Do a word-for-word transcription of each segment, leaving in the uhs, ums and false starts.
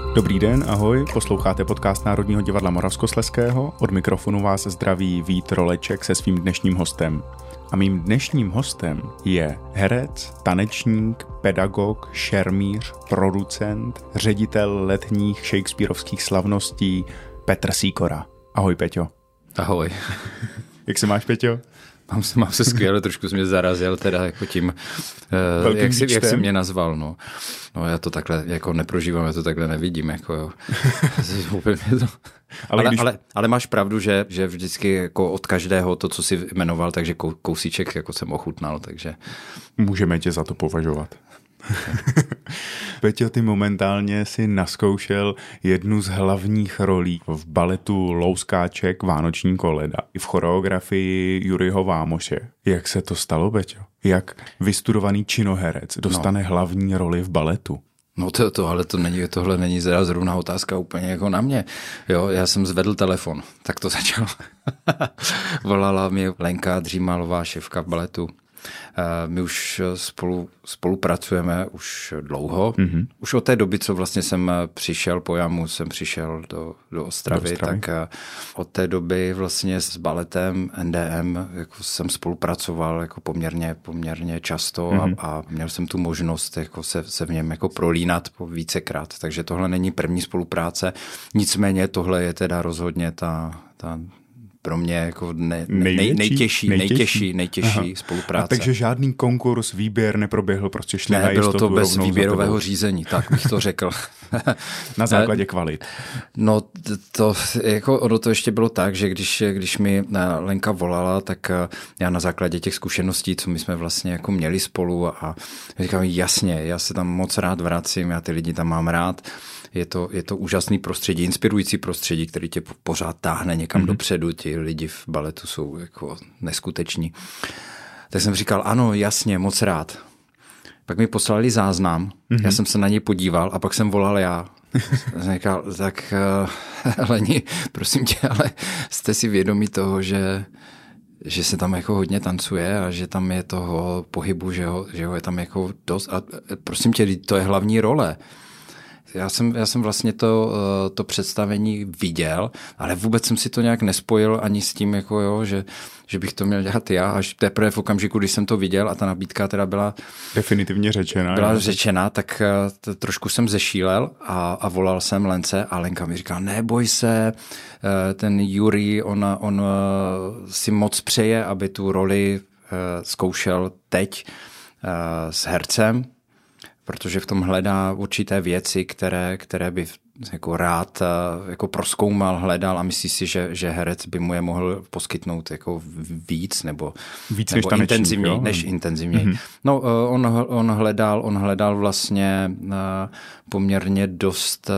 Dobrý den, ahoj, posloucháte podcast Národního divadla Moravskoslezského. Od mikrofonu vás zdraví Vít Roleček se svým dnešním hostem. A mým dnešním hostem je herec, tanečník, pedagog, šermíř, producent, ředitel letních shakespearovských slavností Petr Sýkora. Ahoj, Peťo. Ahoj. Jak se máš, Peťo? Mám se, mám se skvěle, trošku jsi mě zarazil teda jako tím, uh, jak, jsi, jak jsi mě nazval, no. No já to takhle jako neprožívám, já to takhle nevidím, jako jo. to... ale, ale, když... ale, ale máš pravdu, že, že vždycky jako od každého to, co jsi jmenoval, takže kousíček jako jsem ochutnal, takže... Můžeme tě za to považovat. Peťo, ty momentálně si naskoušel jednu z hlavních rolí v baletu Louskáček Vánoční koleda i v choreografii Juriho Vámoše. Jak se to stalo, Peťo? Jak vystudovaný činoherec dostane no. hlavní roli v baletu? No to, to, ale to není, tohle není zrovna otázka úplně jako na mě. Jo, já jsem zvedl telefon, tak to začalo. Volala mi Lenka Dřímalová, šéfka baletu. My už spolu, spolupracujeme už dlouho. Mm-hmm. Už od té doby, co vlastně jsem přišel po jamu, jsem přišel do, do Ostravy, do Ostravy, tak od té doby vlastně s baletem N D M jako jsem spolupracoval jako poměrně, poměrně často mm-hmm. a, a měl jsem tu možnost jako se, se v něm jako prolínat po vícekrát. Takže tohle není první spolupráce. Nicméně tohle je teda rozhodně ta... ta pro mě jako ne, nej, nejtěžší, nejtěžší, nejtěžší, nejtěžší spolupráce. A takže žádný konkurs, výběr neproběhl, prostě šli ne, na jistotu. Ne, bylo to bez výběrového řízení, tak bych to řekl. Na základě kvalit. No to, jako ono to ještě bylo tak, že když, když mi Lenka volala, tak já na základě těch zkušeností, co my jsme vlastně jako měli spolu a říkám, jasně, já se tam moc rád vracím, já ty lidi tam mám rád. Je to, je to úžasný prostředí, inspirující prostředí, který tě pořád táhne někam mm-hmm. dopředu. Ti lidi v baletu jsou jako neskuteční. Tak jsem říkal, ano, jasně, moc rád. Pak mi poslali záznam, mm-hmm. já jsem se na něj podíval a pak jsem volal já. Jsem říkal, tak uh, Leni, prosím tě, ale jste si vědomí toho, že, že se tam jako hodně tancuje a že tam je toho pohybu, že ho, že ho je tam jako dost. A prosím tě, to je hlavní role. Já jsem, já jsem vlastně to, to představení viděl, ale vůbec jsem si to nějak nespojil ani s tím, jako jo, že, že bych to měl dělat já. Až teprve v okamžiku, když jsem to viděl a ta nabídka teda byla definitivně řečena. Byla jo. řečena, tak to, trošku jsem zešílel a, a volal jsem Lence a Lenka mi říká, neboj se, ten Juri, on, on si moc přeje, aby tu roli zkoušel teď s hercem, protože v tom hledá určité věci, které, které by jako rád jako prozkoumal, hledal a myslí si, že, že herec by mu je mohl poskytnout jako víc nebo, víc nebo než intenzivněji. Jo? Než intenzivněji. Mm-hmm. No, on, on, hledal, on hledal vlastně poměrně dost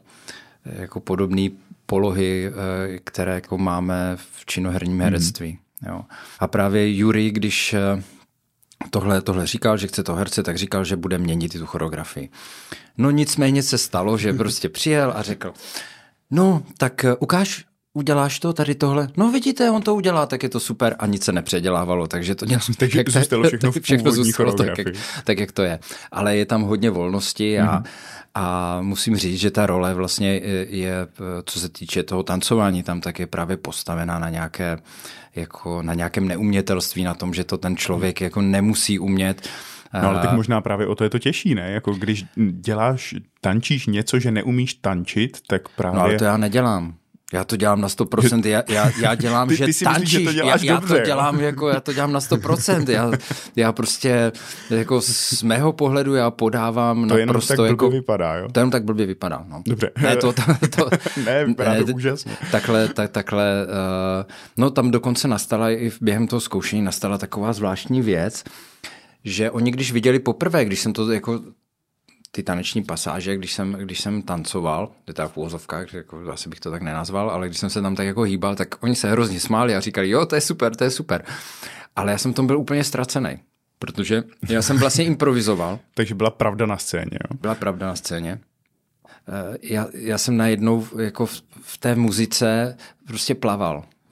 jako podobné polohy, které jako máme v činoherním herectví. Mm-hmm. Jo. A právě Juri, když... Tohle, tohle říkal, že chce to herce, tak říkal, že bude měnit tu choreografii. No nicméně se stalo, že prostě přijel a řekl, no tak ukáž, uděláš to, tady tohle. No vidíte, on to udělá, tak je to super a nic se nepředělávalo, takže to dělá. Takže jak zůstalo všechno v všechno původní choreografii. Tak, jak, tak jak to je. Ale je tam hodně volnosti a, mm-hmm. a musím říct, že ta role vlastně je, je, co se týče toho tancování, tam tak je právě postavená na nějaké jako na nějakém neumětelství, na tom, že to ten člověk jako nemusí umět. No ale tak možná právě o to je to těžší, ne? Jako když děláš, tančíš něco, že neumíš tančit, tak právě... No ale to já nedělám. Já to dělám na sto procent, já, já, já dělám, ty, že ty si tančíš, myslíš, že to děláš já, dobře, já to dělám jako, já to dělám na sto procent, já, já prostě jako z mého pohledu já podávám to jenom tak blbě jako, vypadá, jo? To jenom tak blbě vypadá, no. Dobře. Ne, to, to, to, ne, vypadá ne, to úžasně. Takhle, tak, takhle, uh, no tam dokonce nastala i během toho zkoušení nastala taková zvláštní věc, že oni když viděli poprvé, když jsem to jako ty taneční pasáže, když jsem, když jsem tancoval, to je v úvozovkách, jako asi bych to tak nenazval, ale když jsem se tam tak jako hýbal, tak oni se hrozně smáli a říkali, jo, to je super, to je super. Ale já jsem tom byl úplně ztracený, protože já jsem vlastně improvizoval. Takže byla pravda na scéně, jo? Byla pravda na scéně. Já, já jsem najednou jako v, v té muzice prostě plaval.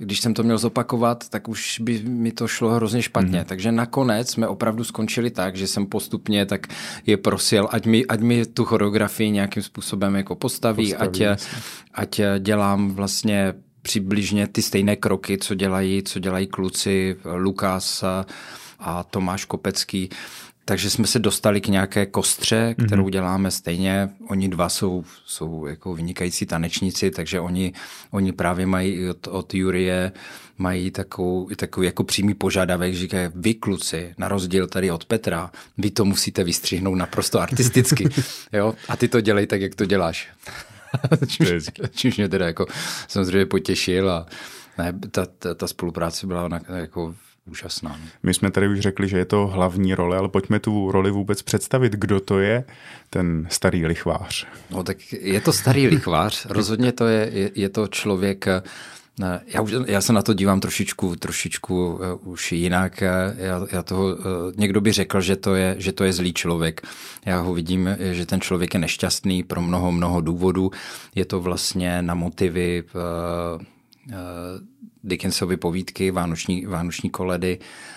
když jsem to měl zopakovat, tak už by mi to šlo hrozně špatně. Mm-hmm. Takže nakonec jsme opravdu skončili tak, že jsem postupně tak je prosil, ať mi, ať mi tu choreografii nějakým způsobem jako postaví, postaví ať, ať dělám vlastně přibližně ty stejné kroky, co dělají, co dělají kluci Lukas a, a Tomáš Kopecký. Takže jsme se dostali k nějaké kostře, kterou děláme stejně. Oni dva jsou, jsou jako vynikající tanečníci, takže oni, oni právě mají od, od Jurie mají takovou, takový jako přímý požadavek, že říkají, vy kluci, na rozdíl tady od Petra, vy to musíte vystřihnout naprosto artisticky. Jo? A ty to dělej tak, jak to děláš. čímž, čímž mě teda jako samozřejmě potěšil a ne, ta, ta, ta spolupráce byla na, jako úžasná. My jsme tady už řekli, že je to hlavní role, ale pojďme tu roli vůbec představit. Kdo to je, ten starý lichvář? No tak je to starý lichvář, rozhodně to je, je, je to člověk, já, už, já se na to dívám trošičku, trošičku uh, už jinak. Já, já toho, uh, někdo by řekl, že to, je, že to je zlý člověk. Já ho vidím, že ten člověk je nešťastný pro mnoho, mnoho důvodů. Je to vlastně na motivy uh, uh, Dickensovy povídky, Vánoční, Vánoční koledy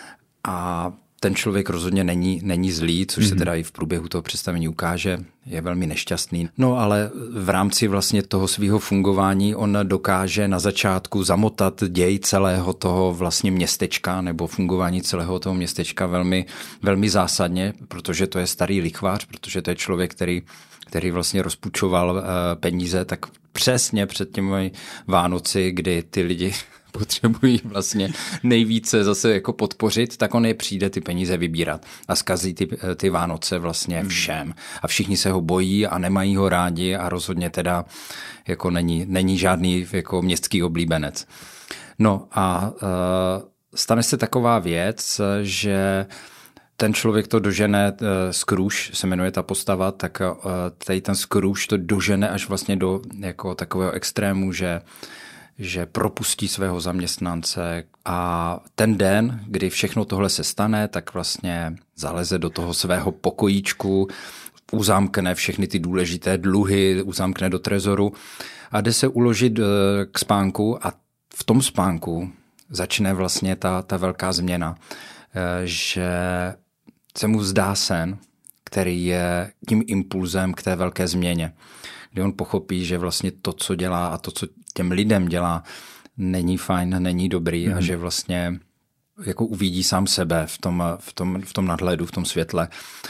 a ten člověk rozhodně není, není zlý, což mm-hmm. se teda i v průběhu toho představení ukáže, je velmi nešťastný. No ale v rámci vlastně toho svého fungování on dokáže na začátku zamotat děj celého toho vlastně městečka nebo fungování celého toho městečka velmi, velmi zásadně, protože to je starý lichvář, protože to je člověk, který, který vlastně rozpučoval uh, peníze tak přesně před těmi Vánoci, kdy ty lidi potřebují vlastně nejvíce zase jako podpořit, tak on je přijde ty peníze vybírat a zkazí ty, ty Vánoce vlastně všem. A všichni se ho bojí a nemají ho rádi a rozhodně teda jako není, není žádný jako městský oblíbenec. No a uh, stane se taková věc, že ten člověk to dožene, uh, Scrooge se jmenuje ta postava, tak uh, tady ten Scrooge to dožene až vlastně do jako takového extrému, že že propustí svého zaměstnance a ten den, kdy všechno tohle se stane, tak vlastně zaleze do toho svého pokojíčku, uzámkne všechny ty důležité dluhy, uzámkne do trezoru a jde se uložit k spánku a v tom spánku začne vlastně ta, ta velká změna, že se mu zdá sen, který je tím impulzem k té velké změně, kdy on pochopí, že vlastně to, co dělá a to, co těm lidem dělá, není fajn, není dobrý mm. a že vlastně jako uvidí sám sebe v tom, v tom, v tom nadhledu, v tom světle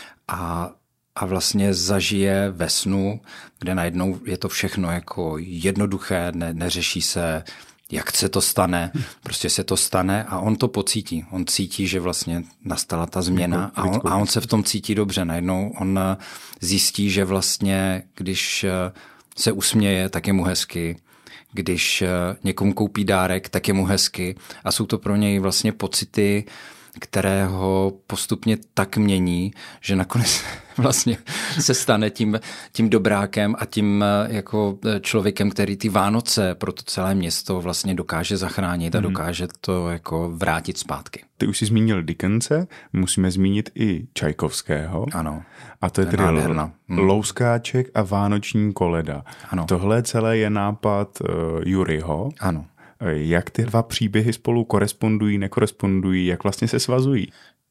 a, a vlastně zažije ve snu, kde najednou je to všechno jako jednoduché, ne, neřeší se, jak se to stane, prostě se to stane a on to pocítí. On cítí, že vlastně nastala ta změna a on, a on se v tom cítí dobře. Najednou on zjistí, že vlastně, když se usměje, tak je mu hezky. Když někomu koupí dárek, tak je mu hezky. A jsou to pro něj vlastně pocity, které ho postupně tak mění, že nakonec vlastně se stane tím, tím dobrákem a tím jako člověkem, který ty Vánoce pro to celé město vlastně dokáže zachránit a dokáže to jako vrátit zpátky. Ty už jsi zmínil Dickense, musíme zmínit i Čajkovského. Ano. A to je tedy nádherná. Louskáček a Vánoční koleda. Ano. Tohle celé je nápad uh, Juriho. Ano. Jak ty dva příběhy spolu korespondují, nekorespondují, jak vlastně se svazují?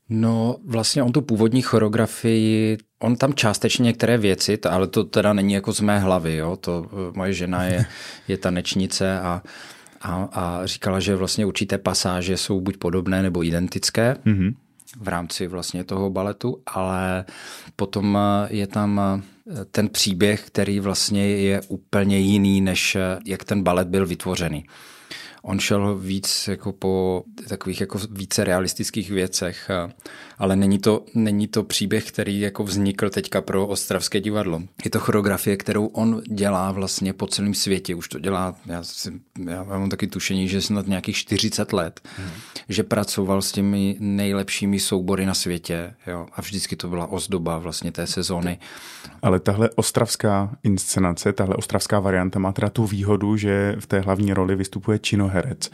No vlastně on tu původní choreografii, on tam částečně některé věci, ale to teda není jako z mé hlavy, jo? To moje žena je, je tanečnice a, a, a říkala, že vlastně určité pasáže jsou buď podobné nebo identické mm-hmm. v rámci vlastně toho baletu, ale potom je tam ten příběh, který vlastně je úplně jiný, než jak ten balet byl vytvořený. On šel víc jako po takových jako více realistických věcech, ale není to, není to příběh, který jako vznikl teďka pro Ostravské divadlo. Je to choreografie, kterou on dělá vlastně po celém světě. Už to dělá, já, si, já mám taky tušení, že snad nějakých čtyřicet let, hmm. že pracoval s těmi nejlepšími soubory na světě. Jo? A vždycky to byla ozdoba vlastně té sezóny. Ale tahle ostravská inscenace, tahle ostravská varianta má teda tu výhodu, že v té hlavní roli vystupuje činoherec.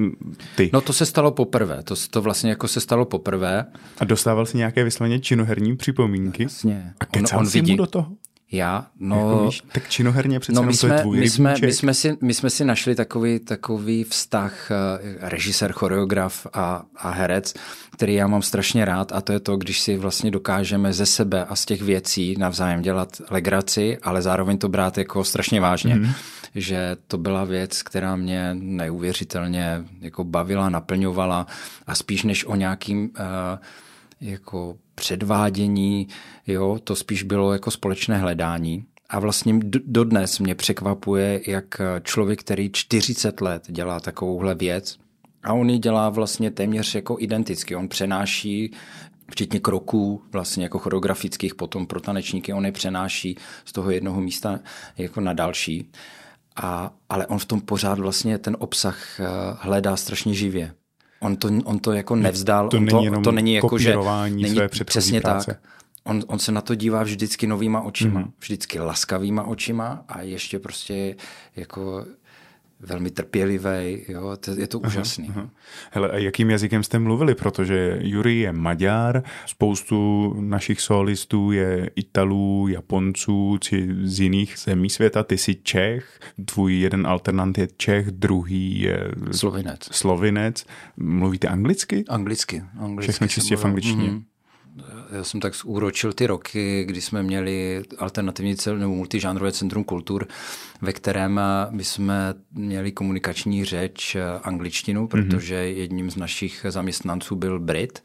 Ty. No to se stalo poprvé. To, to vlastně jako se stalo poprvé. A dostával si nějaké vysloveně činoherní připomínky? Jasně. A kecal on, on si vidí... mu do toho? Já, no... Jako víš, tak činoherně přece no, jenom jsme, to je tvůj my jsme, rybníček. my, jsme si, my jsme si našli takový, takový vztah, režisér, choreograf a, a herec, který já mám strašně rád, a to je to, když si vlastně dokážeme ze sebe a z těch věcí navzájem dělat legraci, ale zároveň to brát jako strašně vážně. Mm. Že to byla věc, která mě neuvěřitelně jako bavila, naplňovala a spíš než o nějakým uh, jako předvádění, jo, to spíš bylo jako společné hledání. A vlastně dodnes mě překvapuje, jak člověk, který čtyřicet let dělá takovouhle věc, a on ji dělá vlastně téměř jako identicky. On přenáší, včetně kroků vlastně jako choreografických, potom pro tanečníky, on je přenáší z toho jednoho místa jako na další. A, ale on v tom pořád vlastně ten obsah hledá strašně živě. On to, on to jako nevzdal. To on není to, jenom to není jako, že kopírování své předchozí přesně práce. Tak. On, on se na to dívá vždycky novýma očima, Mm. vždycky laskavýma očima a ještě prostě jako velmi trpělivý, jo, to, je to aha, úžasný. Aha. Hele, a jakým jazykem jste mluvili? Protože Jurij je Maďar, spoustu našich solistů je Italů, Japonců, či z jiných zemí světa. Ty jsi Čech, tvůj jeden alternant je Čech, druhý je Slovinec. Slovinec. Mluvíte anglicky? Anglicky. anglicky Všechno čistě v angličtině. Mm-hmm. Já jsem tak zúročil ty roky, kdy jsme měli alternativní cel, nebo multižánrové centrum kultur, ve kterém my jsme měli komunikační řeč angličtinu, protože jedním z našich zaměstnanců byl Brit.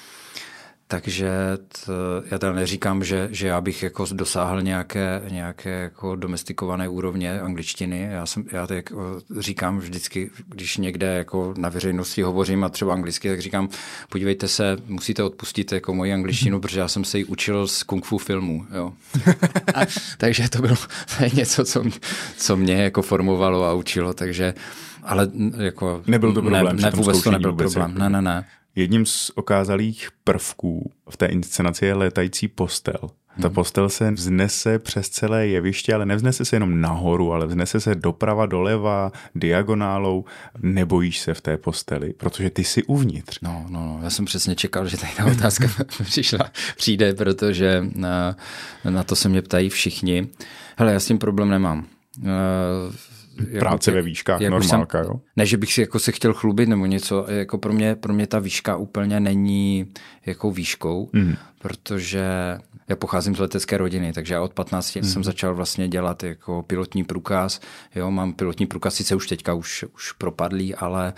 Takže t, já teda neříkám, že, že já bych jako dosáhl nějaké, nějaké jako domestikované úrovně angličtiny. Já, jsem, já tak říkám vždycky, když někde jako na veřejnosti hovořím a třeba anglicky, tak říkám, podívejte se, musíte odpustit jako moji angličtinu, protože já jsem se ji učil z kung fu filmů. Jo. A, takže to bylo něco, co, co mě jako formovalo a učilo, takže ale jako... Nebyl to problém. Ne, ne vůbec to nebyl problém. Jako... Ne, ne, ne. Jedním z okázalých prvků v té inscenaci je létající postel. Ta hmm. postel se vznese přes celé jeviště, ale nevznese se jenom nahoru, ale vznese se doprava, doleva, diagonálou. Nebojíš se v té posteli, protože ty jsi uvnitř. No, no, no. Já jsem přesně čekal, že tady ta otázka přišla, přijde, protože na, na to se mě ptají všichni. Hele, já s tím problém nemám. Uh, Práce jak, ve výškách, normálka, jsem, jo? Ne, že bych si jako se chtěl chlubit nebo něco, jako pro mě, pro mě ta výška úplně není jako výškou, mm. protože já pocházím z letecké rodiny, takže já od patnácti mm. jsem začal vlastně dělat jako pilotní průkaz, jo, mám pilotní průkaz, sice už teďka už, už propadlý, ale,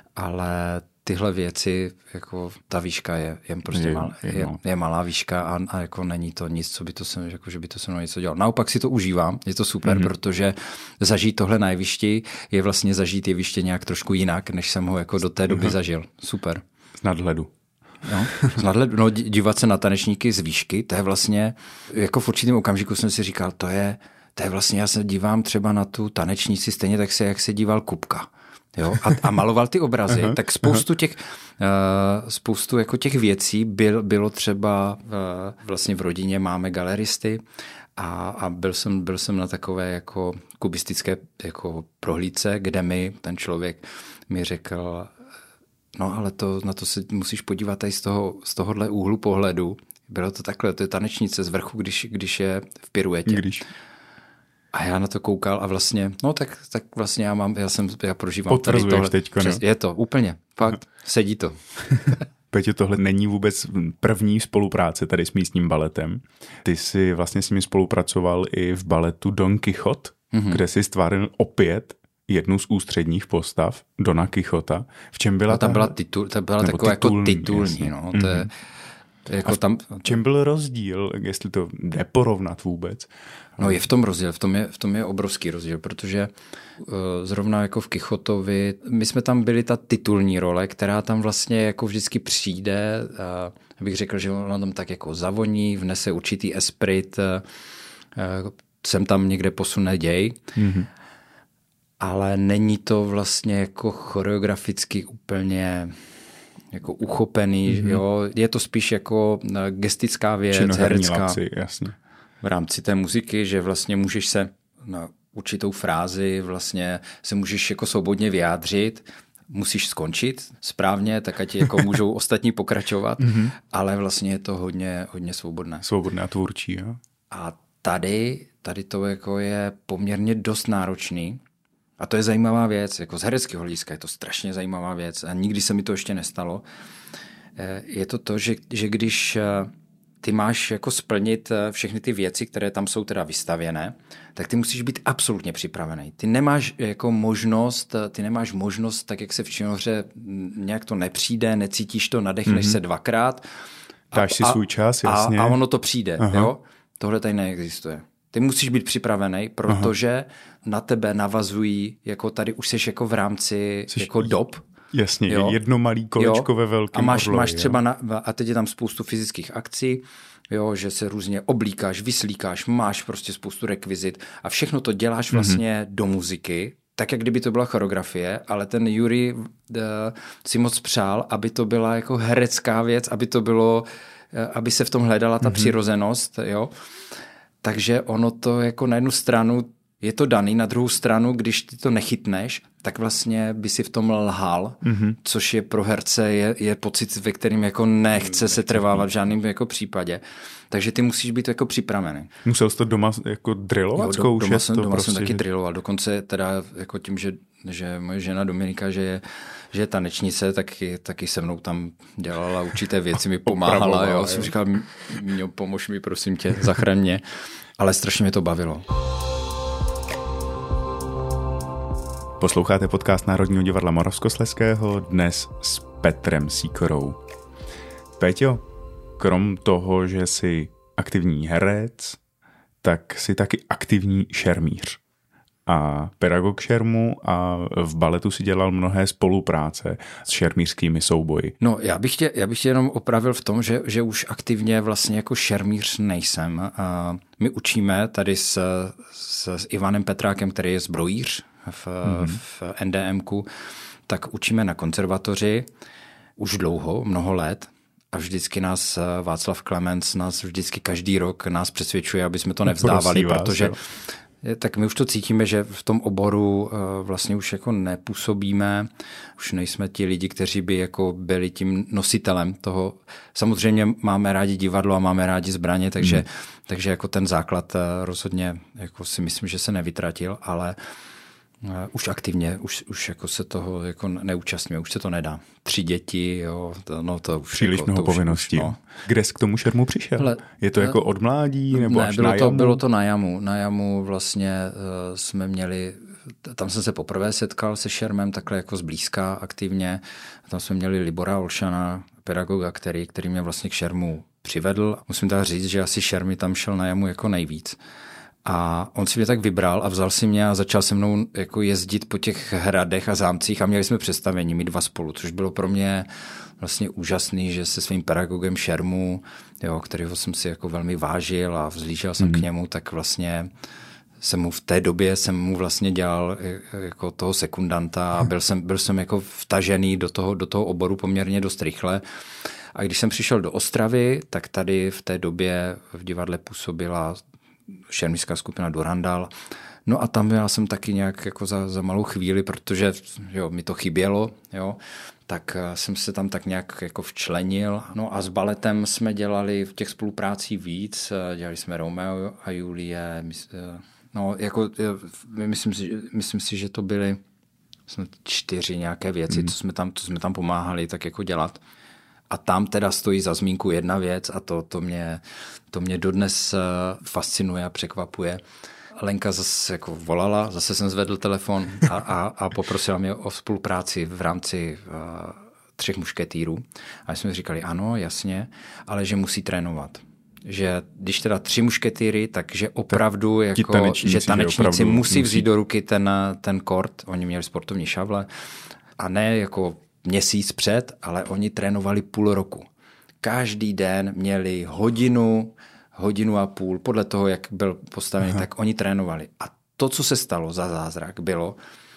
ale tyhle věci, jako ta výška je, je prostě je, mal, je, je malá výška a, a jako není to nic, co by to se, jako, že by to se mnou něco dělalo. Naopak si to užívám, je to super, mm-hmm. protože zažít tohle na jevišti je vlastně zažít jeviště nějak trošku jinak, než jsem ho jako do té doby mm-hmm. zažil. Super. Z nadhledu. No, z nadhledu, no, dívat se na tanečníky z výšky, to je vlastně, jako v určitém okamžiku jsem si říkal, to je, to je vlastně, já se dívám třeba na tu tanečníci stejně tak se, jak se díval Kupka. Jo, a, a maloval ty obrazy, uh-huh, tak spoustu těch, uh, spoustu jako těch věcí byl, bylo třeba, uh, vlastně v rodině máme galeristy a, a byl, jsem, byl jsem na takové jako kubistické jako prohlídce, kde mi ten člověk mi řekl, no ale to, na to se musíš podívat tady z, toho, z tohohle úhlu pohledu. Bylo to takhle, to je tanečnice z vrchu, když, když je v piruetě. Když... A já na to koukal a vlastně, no tak, tak vlastně já mám, já jsem, já prožívám tady tohle. Teďko, přes, je to, úplně, fakt, no. Sedí to. Petě, tohle není vůbec první spolupráce tady s místním baletem. Ty jsi vlastně s nimi spolupracoval i v baletu Don Quixote, mm-hmm. kde jsi stvárnil opět jednu z ústředních postav, Dona Quixota. V čem byla no, ta ta... byla, titul, ta byla taková titulní, jako titulní, no, to je... Mm-hmm. Jako tam... Čem byl rozdíl, jestli to jde porovnat vůbec? No je v tom rozdíl, v tom je, v tom je obrovský rozdíl, protože uh, zrovna jako v Quixotovi, my jsme tam byli ta titulní role, která tam vlastně jako vždycky přijde, uh, bych řekl, že ona tam tak jako zavoní, vnese určitý esprit, uh, sem tam někde posune děj, mm-hmm. ale není to vlastně jako choreograficky úplně... jako uchopený, mm-hmm. jo. Je to spíš jako gestická věc, herecká. Lapsi, jasně. V rámci té muziky, že vlastně můžeš se na určitou frázi vlastně se můžeš jako svobodně vyjádřit, musíš skončit správně, tak ať jako můžou ostatní pokračovat, mm-hmm. ale vlastně je to hodně, hodně svobodné. Svobodné a tvůrčí, jo. A tady, tady to jako je poměrně dost náročný. A to je zajímavá věc, jako z hereckého hlediska je to strašně zajímavá věc a nikdy se mi to ještě nestalo. Je to to, že, že když ty máš jako splnit všechny ty věci, které tam jsou teda vystavěné, tak ty musíš být absolutně připravený. Ty nemáš jako možnost, ty nemáš možnost, tak jak se v činohře nějak to nepřijde, necítíš to, nadechneš mm-hmm. se dvakrát. Dáš si svůj čas, jasně. A, a ono to přijde, jo? Tohle tady neexistuje. Ty musíš být připravený, protože Aha. na tebe navazují, jako tady už seš jako v rámci Jsi jako dob. Jasně, jo? jedno malý kolečko jo? ve velkém A máš, orloji, máš třeba, na, a teď je tam spoustu fyzických akcí, jo, že se různě oblíkáš, vyslíkáš, máš prostě spoustu rekvizit a všechno to děláš vlastně mm-hmm. do muziky, tak jak kdyby to byla choreografie, ale ten Jurij uh, si moc přál, aby to byla jako herecká věc, aby to bylo, uh, aby se v tom hledala ta mm-hmm. přirozenost, jo. Takže ono to jako na jednu stranu je to daný, na druhou stranu, když ty to nechytneš, tak vlastně by si v tom lhal, mm-hmm. což je pro herce je, je pocit, ve kterým jako nechce se trvávat v žádném jako případě. Takže ty musíš být jako připravený. Musel jsi to doma jako drillovat, jo, zkoušet? Doma, jsem, to doma prostě, jsem taky že... drilloval. Dokonce teda jako tím, že, že moje žena Dominika, že je, že je tanečnice, taky, taky se mnou tam dělala určité věci, mi pomáhala. Jo. Jsem říkal, Míňo, pomož mi, prosím tě, zachraň mě. Ale strašně mě to bavilo. Posloucháte podcast Národního divadla Moravskoslezského dnes s Petrem Sýkorou. Péťo, krom toho, že jsi aktivní herec, tak jsi taky aktivní šermíř. A pedagog šermu a v baletu si dělal mnohé spolupráce s šermířskými souboji. No, já bych tě, já bych tě jenom opravil v tom, že, že už aktivně vlastně jako šermíř nejsem. A my učíme tady s, s, s Ivanem Petrákem, který je zbrojíř v, mm-hmm. v N D M ku, tak učíme na konzervatoři už dlouho, mnoho let. A vždycky nás Václav Klemens, nás vždycky každý rok nás přesvědčuje, aby jsme to nevzdávali, vás, protože jo. Tak my už to cítíme, že v tom oboru vlastně už jako nepůsobíme, už nejsme ti lidi, kteří by jako byli tím nositelem toho. Samozřejmě máme rádi divadlo a máme rádi zbraně, takže, hmm. takže jako ten základ rozhodně jako si myslím, že se nevytratil, ale už aktivně, už, už jako se toho jako neúčastňuje, už se to nedá. Tři děti, jo, to, no to už příliš jako, mnoho to povinností. Už, no. Kde jsi k tomu šermu přišel? Hle, je to jako od mládí nebo ne, až bylo na to, jamu? bylo to na jamu. Na jamu vlastně uh, jsme měli, tam jsem se poprvé setkal se šermem takhle jako zblízka aktivně. Tam jsme měli Libora Olšana, pedagoga, který, který mě vlastně k šermu přivedl. Musím teda říct, že asi šermy tam šel na jamu jako nejvíc. A on si mě tak vybral a vzal si mě a začal se mnou jako jezdit po těch hradech a zámcích a měli jsme představení, my dva spolu, což bylo pro mě vlastně úžasný, že se svým pedagogem šermu, jo, kterého jsem si jako velmi vážil a vzlížel jsem mm. k němu, tak vlastně jsem mu v té době jsem mu vlastně dělal jako toho sekundanta a byl jsem, byl jsem jako vtažený do toho, do toho oboru poměrně dost rychle. A když jsem přišel do Ostravy, tak tady v té době v divadle působila šermířská skupina Durandal. No a tam já jsem taky nějak jako za, za malou chvíli, protože jo, mi to chybělo, jo, tak jsem se tam tak nějak jako včlenil. No a s baletem jsme dělali v těch spoluprácí víc. Dělali jsme Romeo a Julie. No, jako, myslím si, myslím si, že to byly čtyři nějaké věci, mm. co jsme tam, co jsme tam pomáhali tak jako dělat. A tam teda stojí za zmínku jedna věc a to, to, mě, to mě dodnes fascinuje a překvapuje. Lenka zase jako volala, zase jsem zvedl telefon a, a, a poprosila mě o spolupráci v rámci uh, Třech mušketýrů. A jsme říkali ano, jasně, ale že musí trénovat. Že když teda Tři mušketýry, takže opravdu jako, tanečníci, že tanečníci musí, musí vzít do ruky ten, ten kort. Oni měli sportovní šavle a ne jako měsíc před, ale oni trénovali půl roku. Každý den měli hodinu, hodinu a půl, podle toho, jak byl postavený, Aha. tak oni trénovali. A to, co se stalo za zázrak, bylo,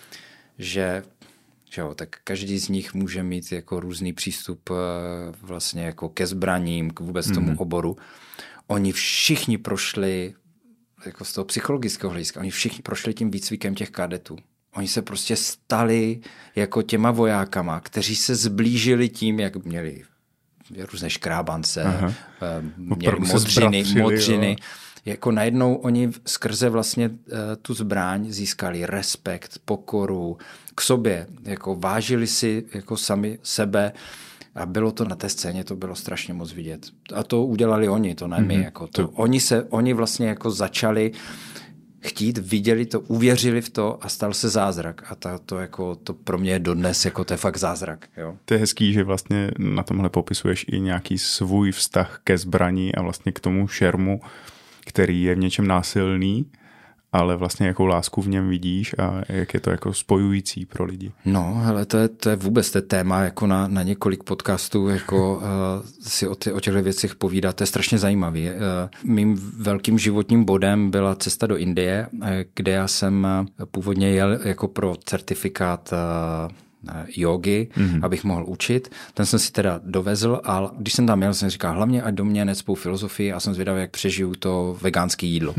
že, že jo, tak každý z nich může mít jako různý přístup vlastně jako ke zbraním, k vůbec mm. tomu oboru. Oni všichni prošli, jako z toho psychologického hlediska, oni všichni prošli tím výcvikem těch kadetů. Oni se prostě stali jako těma vojákama, kteří se zblížili tím, jak měli různé škrábance, Aha. měli modřiny, modřiny jako najednou oni skrze vlastně uh, tu zbraň získali respekt, pokoru k sobě, jako vážili si jako sami sebe a bylo to na té scéně, to bylo strašně moc vidět. A to udělali oni, to ne my. Mm-hmm. Jako to, oni, se, oni vlastně jako začali chtít, viděli to, uvěřili v to a stal se zázrak. A ta, to, jako, to pro mě je dodnes, jako to je fakt zázrak. Jo. To je hezký, že vlastně na tomhle popisuješ i nějaký svůj vztah ke zbraní a vlastně k tomu šermu, který je v něčem násilný, ale vlastně jakou lásku v něm vidíš a jak je to jako spojující pro lidi. No, hele, to je, to je vůbec to téma jako na, na několik podcastů, jako uh, si o, ty, o těchto věcech povídat, to je strašně zajímavý. Uh, mým velkým životním bodem byla cesta do Indie, kde já jsem původně jel jako pro certifikát uh, jógy, mm-hmm. abych mohl učit. Ten jsem si teda dovezl a když jsem tam jel, jsem říkal, hlavně ať do mě necpou filozofii a jsem zvědavý, jak přežiju to vegánské jídlo.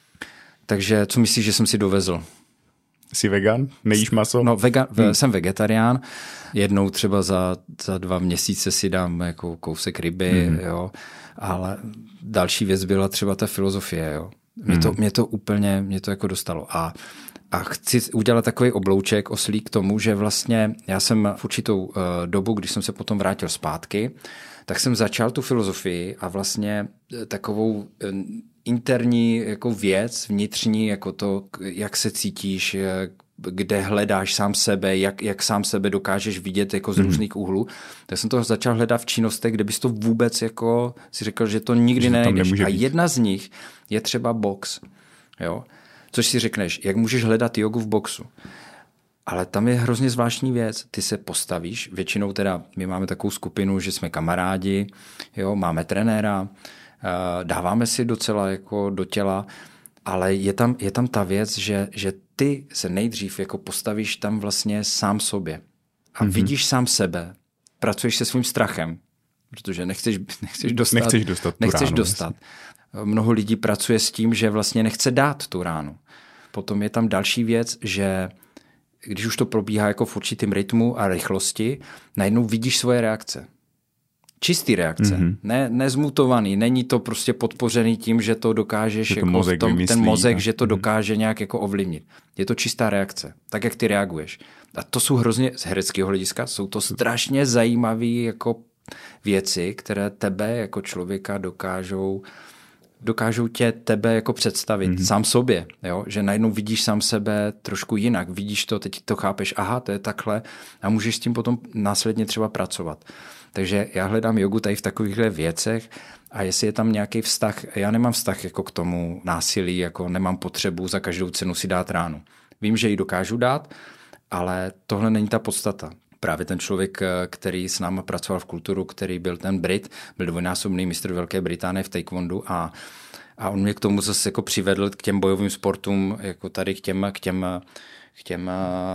Takže co myslíš, že jsem si dovezl? Jsi vegan? Nejíš maso? No, vegan, hmm. jsem vegetarián. Jednou třeba za, za dva měsíce si dám jako kousek ryby, hmm. jo. Ale další věc byla třeba ta filozofie, jo. Mě to, hmm. mě to úplně, mě to jako dostalo. A, a chci udělat takový oblouček oslí k tomu, že vlastně já jsem v určitou uh, dobu, když jsem se potom vrátil zpátky, tak jsem začal tu filozofii a vlastně takovou uh, interní jako věc, vnitřní, jako to, jak se cítíš, kde hledáš sám sebe, jak, jak sám sebe dokážeš vidět jako z různých úhlů. Tak jsem to začal hledat v činnostech, kde bys to vůbec jako si řekl, že to nikdy nenajdeš. A jedna z nich je třeba box. Jo? Což si řekneš, jak můžeš hledat jogu v boxu. Ale tam je hrozně zvláštní věc. Ty se postavíš, většinou teda my máme takovou skupinu, že jsme kamarádi, jo, máme trenéra, dáváme si docela jako do těla, ale je tam, je tam ta věc, že, že ty se nejdřív jako postavíš tam vlastně sám sobě a mm-hmm. vidíš sám sebe, pracuješ se svým strachem, protože nechceš, nechceš dostat. Nechceš dostat. Nechceš ránu, dostat. Mnoho lidí pracuje s tím, že vlastně nechce dát tu ránu. Potom je tam další věc, že když už to probíhá jako v určitém rytmu a rychlosti, najednou vidíš svoje reakce. Čistý reakce, mm-hmm. ne, nezmutovaný, není to prostě podpořený tím, že to dokážeš, že to jako mozek tom, vymyslí, ten mozek, a... že to dokáže nějak jako ovlivnit. Je to čistá reakce, tak jak ty reaguješ. A to jsou hrozně, z hereckého hlediska, jsou to strašně zajímavé jako věci, které tebe jako člověka dokážou dokážou tě tebe jako představit mm-hmm. sám sobě, jo? Že najednou vidíš sám sebe trošku jinak, vidíš to, teď to chápeš, aha, to je takhle a můžeš s tím potom následně třeba pracovat. Takže já hledám jogu tady v takovýchhle věcech a jestli je tam nějaký vztah, já nemám vztah jako k tomu násilí, jako nemám potřebu za každou cenu si dát ránu. Vím, že ji dokážu dát, ale tohle není ta podstata. Právě ten člověk, který s náma pracoval v kulturu, který byl ten Brit, byl dvojnásobný mistr Velké Británie v taekwondu a, a on mě k tomu zase jako přivedl k těm bojovým sportům, jako tady k těm, k těm, k těm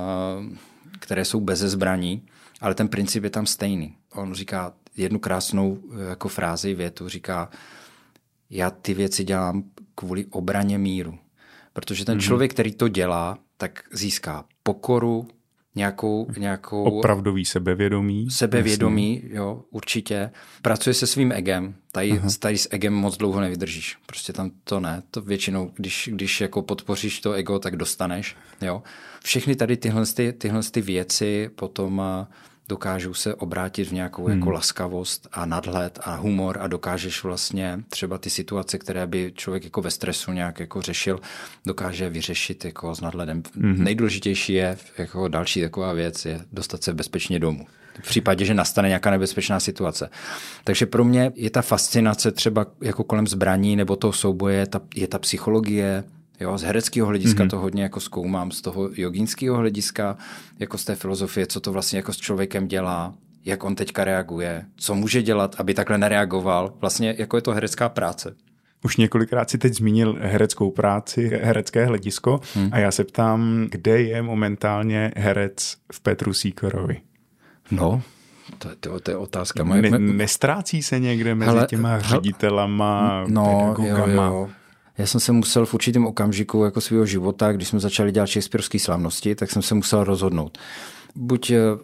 které jsou beze zbraní, ale ten princip je tam stejný. On říká jednu krásnou jako frázi, větu, říká, já ty věci dělám kvůli obraně míru. Protože ten mm-hmm. člověk, který to dělá, tak získá pokoru, nějakou... nějakou opravdový sebevědomí. Sebevědomí, jasný. Jo, určitě. Pracuje se svým egem. Tady, tady s egem moc dlouho nevydržíš. Prostě tam to ne. To většinou, když, když jako podpoříš to ego, tak dostaneš. Jo. Všechny tady tyhle, ty, tyhle ty věci potom dokážou se obrátit v nějakou hmm. jako laskavost a nadhled a humor a dokážeš vlastně třeba ty situace, které by člověk jako ve stresu nějak jako řešil, dokáže vyřešit jako s nadhledem. Hmm. Nejdůležitější je jako další taková věc je dostat se bezpečně domů. V případě, že nastane nějaká nebezpečná situace. Takže pro mě je ta fascinace třeba jako kolem zbraní nebo toho souboje, je ta, je ta psychologie. Jo, z hereckého hlediska mm-hmm. to hodně jako zkoumám, z toho jogínského hlediska, jako z té filozofie, co to vlastně jako s člověkem dělá, jak on teďka reaguje, co může dělat, aby takhle nereagoval. Vlastně jako je to herecká práce. Už několikrát si teď zmínil hereckou práci, herecké hledisko hmm. a já se ptám, kde je momentálně herec v Petru Sýkorovi? No, to, to, to je otázka. Ne, nestrácí se někde mezi hele, těma ředitelama, no, pedagogama? Jo, jo. Já jsem se musel v určitém okamžiku jako svého života, když jsme začali dělat shakespearské slavnosti, tak jsem se musel rozhodnout. Buď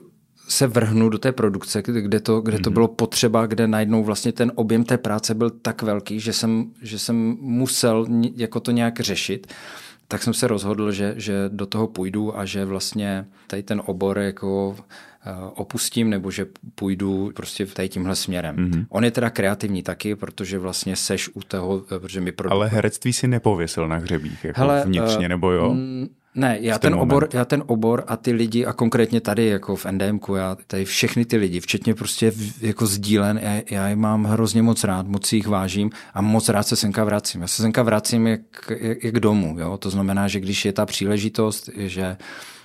se vrhnu do té produkce, kde to, kde to bylo potřeba, kde najednou vlastně ten objem té práce byl tak velký, že jsem, že jsem musel jako to nějak řešit, tak jsem se rozhodl, že, že do toho půjdu a že vlastně tady ten obor jako opustím, nebo že půjdu prostě tady tímhle směrem. Mm-hmm. On je teda kreativní taky, protože vlastně seš u toho, protože mi produkuje. Ale herectví si nepověsil na hřebích, jako Hele, vnitřně, nebo jo? Mm, Ne, já ten, ten obor, já ten obor a ty lidi a konkrétně tady jako v N D M ku, já tady všechny ty lidi, včetně prostě jako sdílen, já, já je mám hrozně moc rád, moc si jich vážím a moc rád se senka vracím. Já se senka vracím jak, jak, jak domů, jo? To znamená, že když je ta příležitost, že,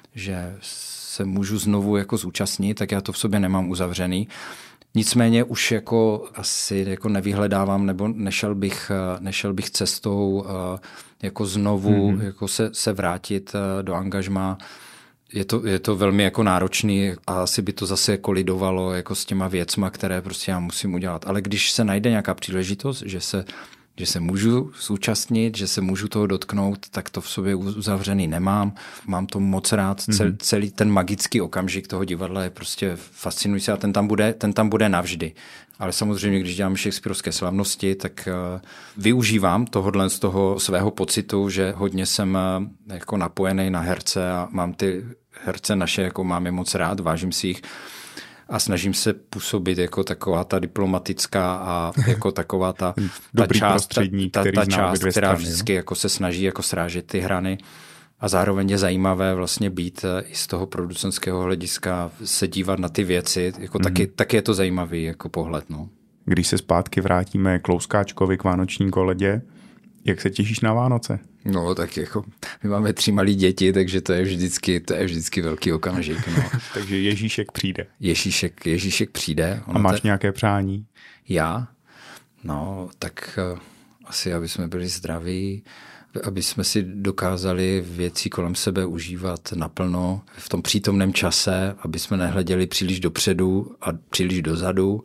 že se můžu znovu jako zúčastnit, tak já to v sobě nemám uzavřený. Nicméně už jako asi jako nevyhledávám, nebo nešel bych, nešel bych cestou jako znovu mm-hmm. jako se, se vrátit do angažmá. Je to, je to velmi jako náročný a asi by to zase kolidovalo jako s těma věcma, které prostě já musím udělat. Ale když se najde nějaká příležitost, že se, že se můžu zúčastnit, že se můžu toho dotknout, tak to v sobě uzavřený nemám. Mám to moc rád. Cel, celý ten magický okamžik toho divadla je prostě fascinující a ten tam bude, ten tam bude navždy. Ale samozřejmě, když dělám shakespearovské slavnosti, tak uh, využívám tohodle z toho svého pocitu, že hodně jsem uh, jako napojený na herce a mám ty herce naše, jako mám je moc rád, vážím si jich a snažím se působit jako taková ta diplomatická a jako taková ta, ta část, ta, ta, ta část která strany, vždycky jako se snaží jako srážet ty hrany. A zároveň je zajímavé vlastně být i z toho producentského hlediska, se dívat na ty věci, jako mm. taky, taky je to zajímavý jako pohled. No. Když se zpátky vrátíme k Louskáčkovi, k vánoční koledě, jak se těšíš na Vánoce? No tak jako, my máme tři malí děti, takže to je vždycky, to je vždycky velký okamžik. No. Takže Ježíšek přijde. Ježíšek, Ježíšek přijde. Ono A máš te... nějaké přání? Já? No, tak uh, asi, aby jsme byli zdraví, aby jsme si dokázali věci kolem sebe užívat naplno v tom přítomném čase, aby jsme nehleděli příliš dopředu a příliš dozadu.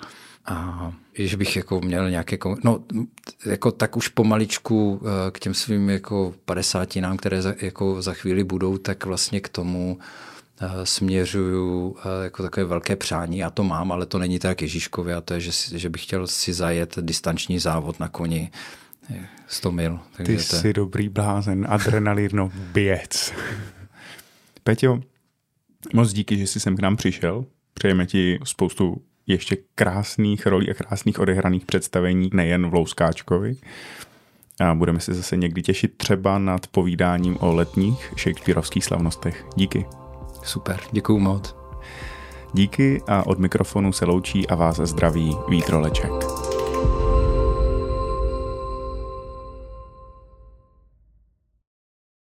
A že bych jako měl nějaké, no jako tak už pomaličku k těm svým jako padesátinám, které za, jako za chvíli budou, tak vlastně k tomu směřuju jako takové velké přání. Já to mám, ale to není tak Ježíškovi a to je, že, že bych chtěl si zajet distanční závod na koni sto mil. Takže Ty jsi to... dobrý blázen, adrenalino běc. Peťo, moc díky, že jsi sem k nám přišel. Přejeme ti spoustu ještě krásných rolí a krásných odehraných představení, nejen v Louskáčkovi. A budeme se zase někdy těšit třeba nad povídáním o letních shakespearovských slavnostech. Díky. Super, děkuju moc. Díky a od mikrofonu se loučí a vás zdraví Vít Roleček.